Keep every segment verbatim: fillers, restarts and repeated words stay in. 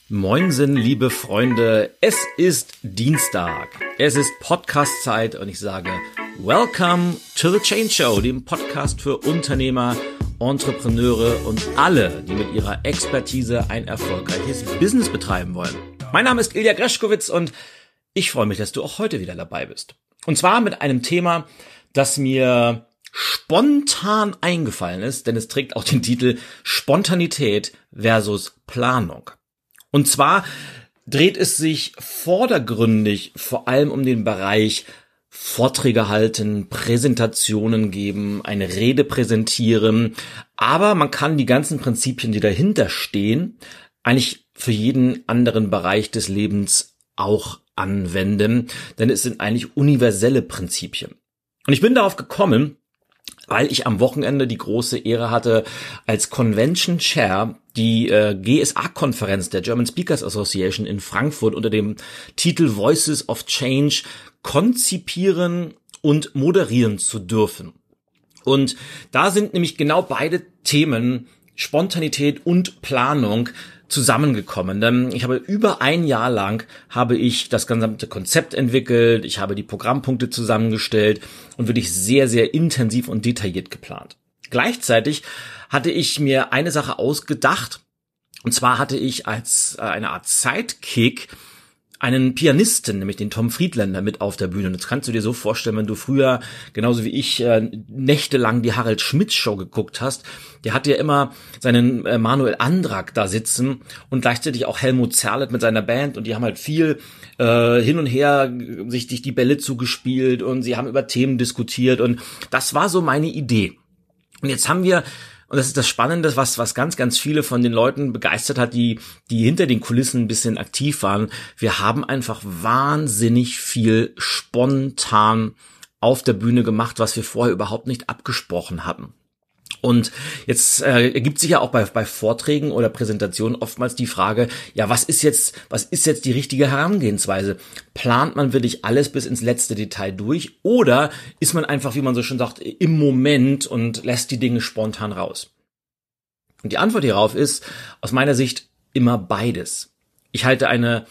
Moinsen, liebe Freunde, es ist Dienstag, es ist Podcast-Zeit und ich sage Welcome to the Change Show, dem Podcast für Unternehmer, Entrepreneure und alle, die mit ihrer Expertise ein erfolgreiches Business betreiben wollen. Mein Name ist Ilja Greschkowitz und ich freue mich, dass du auch heute wieder dabei bist. Und zwar mit einem Thema, das mir spontan eingefallen ist, denn es trägt auch den Titel Spontanität versus Planung. Und zwar dreht es sich vordergründig vor allem um den Bereich Vorträge halten, Präsentationen geben, eine Rede präsentieren. Aber man kann die ganzen Prinzipien, die dahinter stehen, eigentlich für jeden anderen Bereich des Lebens auch anwenden. Denn es sind eigentlich universelle Prinzipien. Und ich bin darauf gekommen, weil ich am Wochenende die große Ehre hatte, als Convention Chair die äh, G S A-Konferenz der German Speakers Association in Frankfurt unter dem Titel Voices of Change konzipieren und moderieren zu dürfen. Und da sind nämlich genau beide Themen, Spontanität und Planung, zusammengekommen. Denn ich habe über ein Jahr lang habe ich das gesamte Konzept entwickelt, ich habe die Programmpunkte zusammengestellt und wirklich sehr, sehr intensiv und detailliert geplant. Gleichzeitig hatte ich mir eine Sache ausgedacht, und zwar hatte ich als eine Art Sidekick einen Pianisten, nämlich den Tom Friedländer, mit auf der Bühne. Und das kannst du dir so vorstellen, wenn du früher, genauso wie ich, äh, nächtelang die Harald Schmidt Show geguckt hast. Der hatte ja immer seinen äh, Manuel Andrak da sitzen und gleichzeitig auch Helmut Zerlett mit seiner Band. Und die haben halt viel äh, hin und her sich die Bälle zugespielt und sie haben über Themen diskutiert. Und das war so meine Idee. Und jetzt haben wir... Und das ist das Spannende, was was ganz, ganz viele von den Leuten begeistert hat, die die hinter den Kulissen ein bisschen aktiv waren. Wir haben einfach wahnsinnig viel spontan auf der Bühne gemacht, was wir vorher überhaupt nicht abgesprochen hatten. Und jetzt äh, ergibt sich ja auch bei bei Vorträgen oder Präsentationen oftmals die Frage, ja, was ist jetzt was ist jetzt die richtige Herangehensweise? Plant man wirklich alles bis ins letzte Detail durch oder ist man einfach, wie man so schön sagt, im Moment und lässt die Dinge spontan raus? Und die Antwort hierauf ist aus meiner Sicht immer beides. Ich halte eine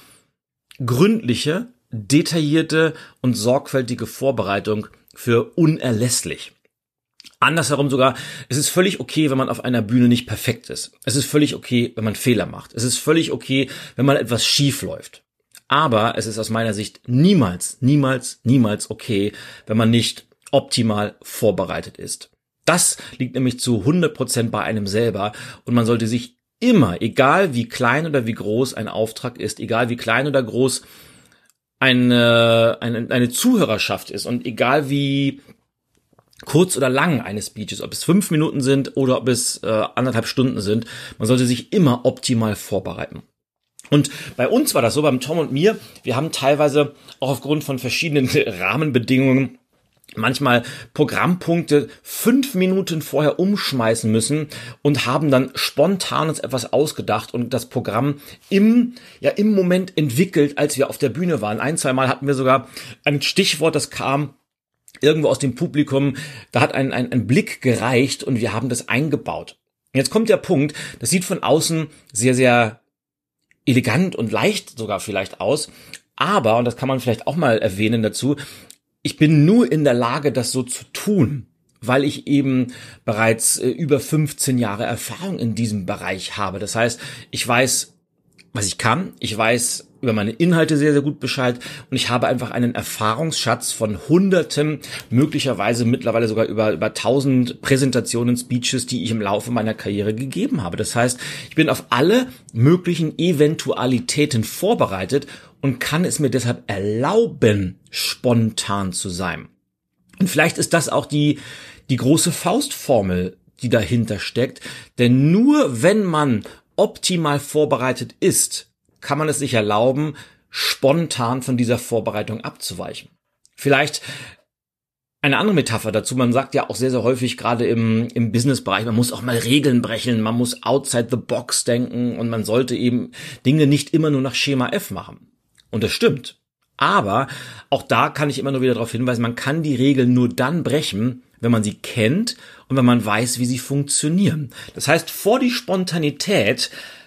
gründliche, detaillierte und sorgfältige Vorbereitung für unerlässlich. Andersherum sogar, es ist völlig okay, wenn man auf einer Bühne nicht perfekt ist. Es ist völlig okay, wenn man Fehler macht. Es ist völlig okay, wenn mal etwas schief läuft. Aber es ist aus meiner Sicht niemals, niemals, niemals okay, wenn man nicht optimal vorbereitet ist. Das liegt nämlich zu hundert Prozent bei einem selber und man sollte sich immer, egal wie klein oder wie groß ein Auftrag ist, egal wie klein oder groß eine, eine, eine Zuhörerschaft ist und egal wie kurz oder lang eines Speeches, ob es fünf Minuten sind oder ob es äh, anderthalb Stunden sind, man sollte sich immer optimal vorbereiten. Und bei uns war das so, beim Tom und mir, wir haben teilweise auch aufgrund von verschiedenen Rahmenbedingungen manchmal Programmpunkte fünf Minuten vorher umschmeißen müssen und haben dann spontan uns etwas ausgedacht und das Programm im, ja, im Moment entwickelt, als wir auf der Bühne waren. Ein, zwei Mal hatten wir sogar ein Stichwort, das kam irgendwo aus dem Publikum, da hat ein, ein, ein Blick gereicht und wir haben das eingebaut. Jetzt kommt der Punkt, das sieht von außen sehr, sehr elegant und leicht sogar vielleicht aus, aber, und das kann man vielleicht auch mal erwähnen dazu, ich bin nur in der Lage, das so zu tun, weil ich eben bereits äh, über fünfzehn Jahre Erfahrung in diesem Bereich habe. Das heißt, ich weiß, was ich kann, ich weiß über meine Inhalte sehr, sehr gut Bescheid und ich habe einfach einen Erfahrungsschatz von Hunderten, möglicherweise mittlerweile sogar über über tausend Präsentationen, Speeches, die ich im Laufe meiner Karriere gegeben habe. Das heißt, ich bin auf alle möglichen Eventualitäten vorbereitet und kann es mir deshalb erlauben, spontan zu sein. Und vielleicht ist das auch die die große Faustformel, die dahinter steckt, denn nur wenn man optimal vorbereitet ist, kann man es sich erlauben, spontan von dieser Vorbereitung abzuweichen. Vielleicht eine andere Metapher dazu, man sagt ja auch sehr, sehr häufig, gerade im, im Businessbereich, man muss auch mal Regeln brechen, man muss outside the box denken und man sollte eben Dinge nicht immer nur nach Schema F machen. Und das stimmt. Aber auch da kann ich immer nur wieder darauf hinweisen, man kann die Regeln nur dann brechen, wenn man sie kennt und wenn man weiß, wie sie funktionieren. Das heißt, vor die Spontanität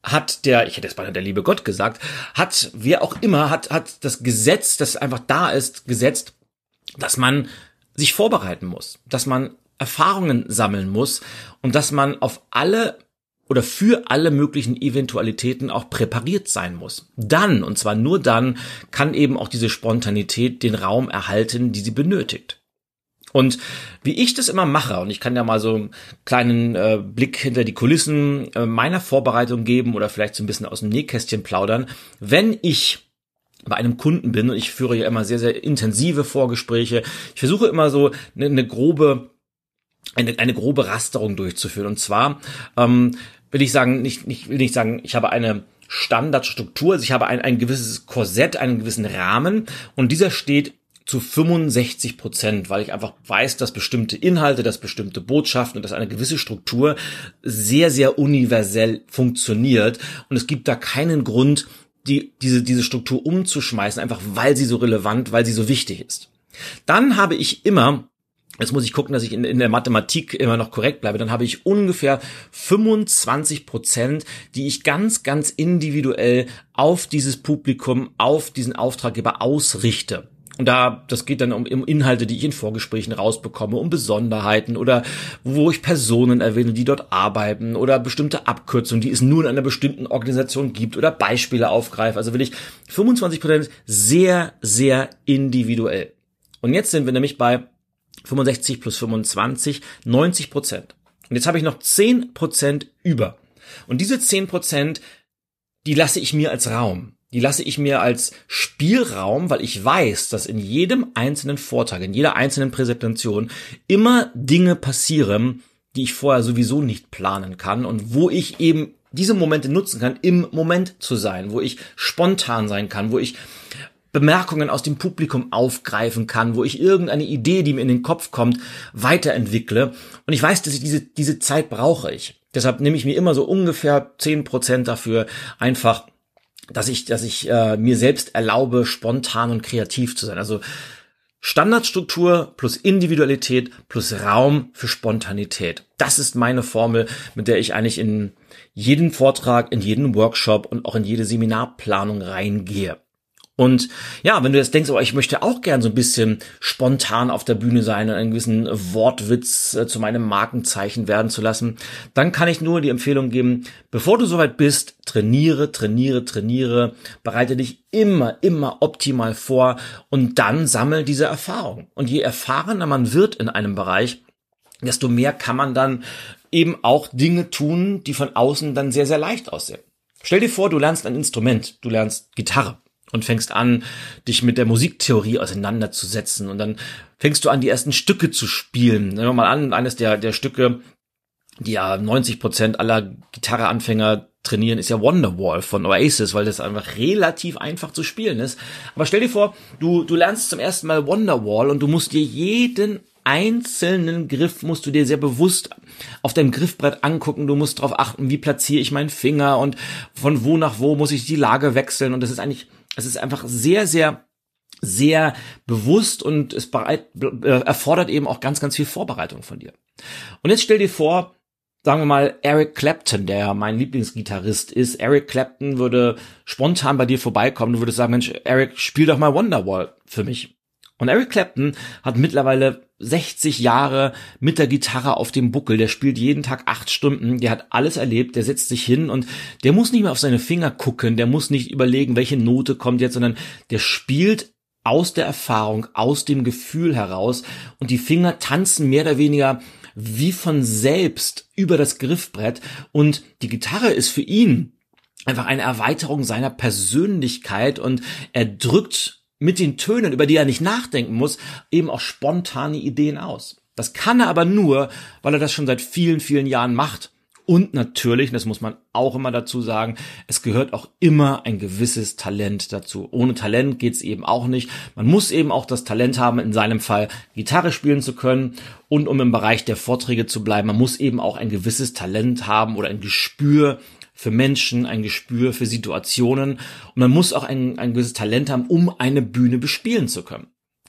hat der, ich hätte jetzt beinahe der liebe Gott gesagt, hat, wer auch immer, hat, hat das Gesetz, das einfach da ist, gesetzt, dass man sich vorbereiten muss, dass man Erfahrungen sammeln muss und dass man auf alle oder für alle möglichen Eventualitäten auch präpariert sein muss. Dann, und zwar nur dann, kann eben auch diese Spontanität den Raum erhalten, die sie benötigt. Und wie ich das immer mache, und ich kann ja mal so einen kleinen äh, Blick hinter die Kulissen äh, meiner Vorbereitung geben oder vielleicht so ein bisschen aus dem Nähkästchen plaudern, wenn ich bei einem Kunden bin, und ich führe ja immer sehr, sehr intensive Vorgespräche, ich versuche immer so eine, eine grobe eine, eine grobe Rasterung durchzuführen. Und zwar ähm, will ich sagen, nicht, nicht, will nicht sagen, ich habe eine Standardstruktur, also ich habe ein, ein gewisses Korsett, einen gewissen Rahmen, und dieser steht zu fünfundsechzig Prozent, weil ich einfach weiß, dass bestimmte Inhalte, dass bestimmte Botschaften und dass eine gewisse Struktur sehr, sehr universell funktioniert, und es gibt da keinen Grund, die, diese, diese Struktur umzuschmeißen, einfach weil sie so relevant, weil sie so wichtig ist. Dann habe ich immer, jetzt muss ich gucken, dass ich in, in der Mathematik immer noch korrekt bleibe, dann habe ich ungefähr fünfundzwanzig Prozent, die ich ganz, ganz individuell auf dieses Publikum, auf diesen Auftraggeber ausrichte. Und da, das geht dann um, um Inhalte, die ich in Vorgesprächen rausbekomme, um Besonderheiten oder wo ich Personen erwähne, die dort arbeiten, oder bestimmte Abkürzungen, die es nur in einer bestimmten Organisation gibt, oder Beispiele aufgreife. Also will ich fünfundzwanzig Prozent sehr, sehr individuell. Und jetzt sind wir nämlich bei fünfundsechzig plus fünfundzwanzig, neunzig Prozent. Und jetzt habe ich noch zehn Prozent über. Und diese zehn Prozent, die lasse ich mir als Raum. Die lasse ich mir als Spielraum, weil ich weiß, dass in jedem einzelnen Vortrag, in jeder einzelnen Präsentation immer Dinge passieren, die ich vorher sowieso nicht planen kann und wo ich eben diese Momente nutzen kann, im Moment zu sein, wo ich spontan sein kann, wo ich Bemerkungen aus dem Publikum aufgreifen kann, wo ich irgendeine Idee, die mir in den Kopf kommt, weiterentwickle. Und ich weiß, dass ich diese, diese Zeit brauche ich. Deshalb nehme ich mir immer so ungefähr zehn Prozent dafür, einfach, dass ich, dass ich äh, mir selbst erlaube, spontan und kreativ zu sein. Also Standardstruktur plus Individualität plus Raum für Spontanität. Das ist meine Formel, mit der ich eigentlich in jeden Vortrag, in jeden Workshop und auch in jede Seminarplanung reingehe. Und ja, wenn du jetzt denkst, oh, ich möchte auch gern so ein bisschen spontan auf der Bühne sein und einen gewissen Wortwitz äh, zu meinem Markenzeichen werden zu lassen, dann kann ich nur die Empfehlung geben, bevor du soweit bist, trainiere, trainiere, trainiere, bereite dich immer, immer optimal vor und dann sammel diese Erfahrung. Und je erfahrener man wird in einem Bereich, desto mehr kann man dann eben auch Dinge tun, die von außen dann sehr, sehr leicht aussehen. Stell dir vor, du lernst ein Instrument, du lernst Gitarre. Und fängst an, dich mit der Musiktheorie auseinanderzusetzen. Und dann fängst du an, die ersten Stücke zu spielen. Nehmen wir mal an, eines der, der Stücke, die ja neunzig Prozent aller Gitarreanfänger trainieren, ist ja Wonderwall von Oasis, weil das einfach relativ einfach zu spielen ist. Aber stell dir vor, du, du lernst zum ersten Mal Wonderwall und du musst dir jeden einzelnen Griff musst du dir sehr bewusst auf deinem Griffbrett angucken. Du musst darauf achten, wie platziere ich meinen Finger und von wo nach wo muss ich die Lage wechseln. Und das ist eigentlich, es ist einfach sehr, sehr, sehr bewusst und es bereit, äh, erfordert eben auch ganz, ganz viel Vorbereitung von dir. Und jetzt stell dir vor, sagen wir mal, Eric Clapton, der mein Lieblingsgitarrist ist. Eric Clapton würde spontan bei dir vorbeikommen. Du würdest sagen, Mensch, Eric, spiel doch mal Wonderwall für mich. Und Eric Clapton hat mittlerweile sechzig Jahre mit der Gitarre auf dem Buckel. Der spielt jeden Tag acht Stunden. Der hat alles erlebt. Der setzt sich hin und der muss nicht mehr auf seine Finger gucken. Der muss nicht überlegen, welche Note kommt jetzt, sondern der spielt aus der Erfahrung, aus dem Gefühl heraus. Und die Finger tanzen mehr oder weniger wie von selbst über das Griffbrett. Und die Gitarre ist für ihn einfach eine Erweiterung seiner Persönlichkeit. Und er drückt mit den Tönen, über die er nicht nachdenken muss, eben auch spontane Ideen aus. Das kann er aber nur, weil er das schon seit vielen, vielen Jahren macht. Und natürlich, das muss man auch immer dazu sagen, es gehört auch immer ein gewisses Talent dazu. Ohne Talent geht's eben auch nicht. Man muss eben auch das Talent haben, in seinem Fall Gitarre spielen zu können. Und um im Bereich der Vorträge zu bleiben, man muss eben auch ein gewisses Talent haben oder ein Gespür für Menschen, ein Gespür für Situationen. Und man muss auch ein, ein gewisses Talent haben, um eine Bühne bespielen zu können.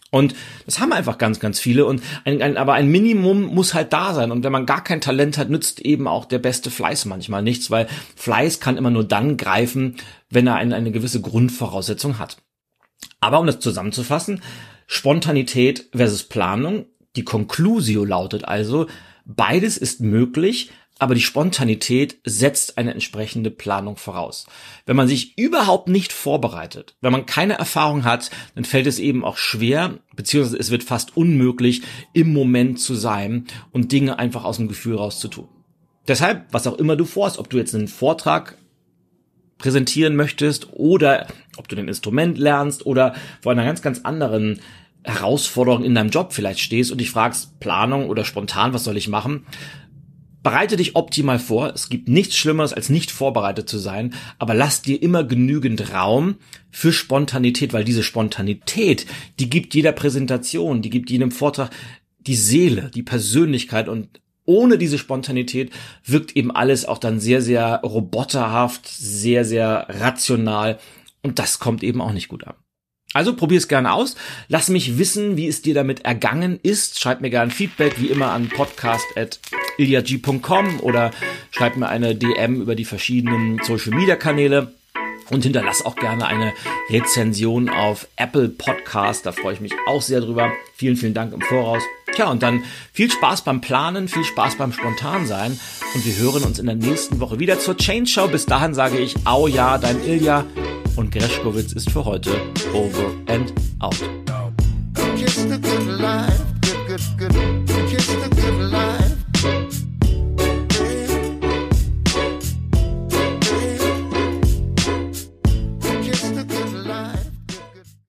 Und das haben einfach ganz, ganz viele. Und ein, ein, aber ein Minimum muss halt da sein. Und wenn man gar kein Talent hat, nützt eben auch der beste Fleiß manchmal nichts, weil Fleiß kann immer nur dann greifen, wenn er eine, eine gewisse Grundvoraussetzung hat. Aber um das zusammenzufassen, Spontanität versus Planung. Die Conclusio lautet also, beides ist möglich, aber die Spontanität setzt eine entsprechende Planung voraus. Wenn man sich überhaupt nicht vorbereitet, wenn man keine Erfahrung hat, dann fällt es eben auch schwer, beziehungsweise es wird fast unmöglich, im Moment zu sein und Dinge einfach aus dem Gefühl raus zu tun. Deshalb, was auch immer du vorhast, ob du jetzt einen Vortrag präsentieren möchtest oder ob du ein Instrument lernst oder vor einer ganz, ganz anderen Herausforderung in deinem Job vielleicht stehst und dich fragst, Planung oder spontan, was soll ich machen? Bereite dich optimal vor. Es gibt nichts Schlimmeres, als nicht vorbereitet zu sein, aber lass dir immer genügend Raum für Spontanität, weil diese Spontanität, die gibt jeder Präsentation, die gibt jedem Vortrag die Seele, die Persönlichkeit, und ohne diese Spontanität wirkt eben alles auch dann sehr, sehr roboterhaft, sehr, sehr rational, und das kommt eben auch nicht gut an. Also probier es gerne aus. Lass mich wissen, wie es dir damit ergangen ist. Schreib mir gerne Feedback, wie immer, an podcast at iliag punkt com oder schreib mir eine D M über die verschiedenen Social-Media-Kanäle und hinterlass auch gerne eine Rezension auf Apple Podcast. Da freue ich mich auch sehr drüber. Vielen, vielen Dank im Voraus. Tja, und dann viel Spaß beim Planen, viel Spaß beim Spontansein, und wir hören uns in der nächsten Woche wieder zur Change Show. Bis dahin sage ich, au ja, dein Ilja. Und Greschkowitz ist für heute over and out. Kiss the good life, good, good, good. Kiss the good life.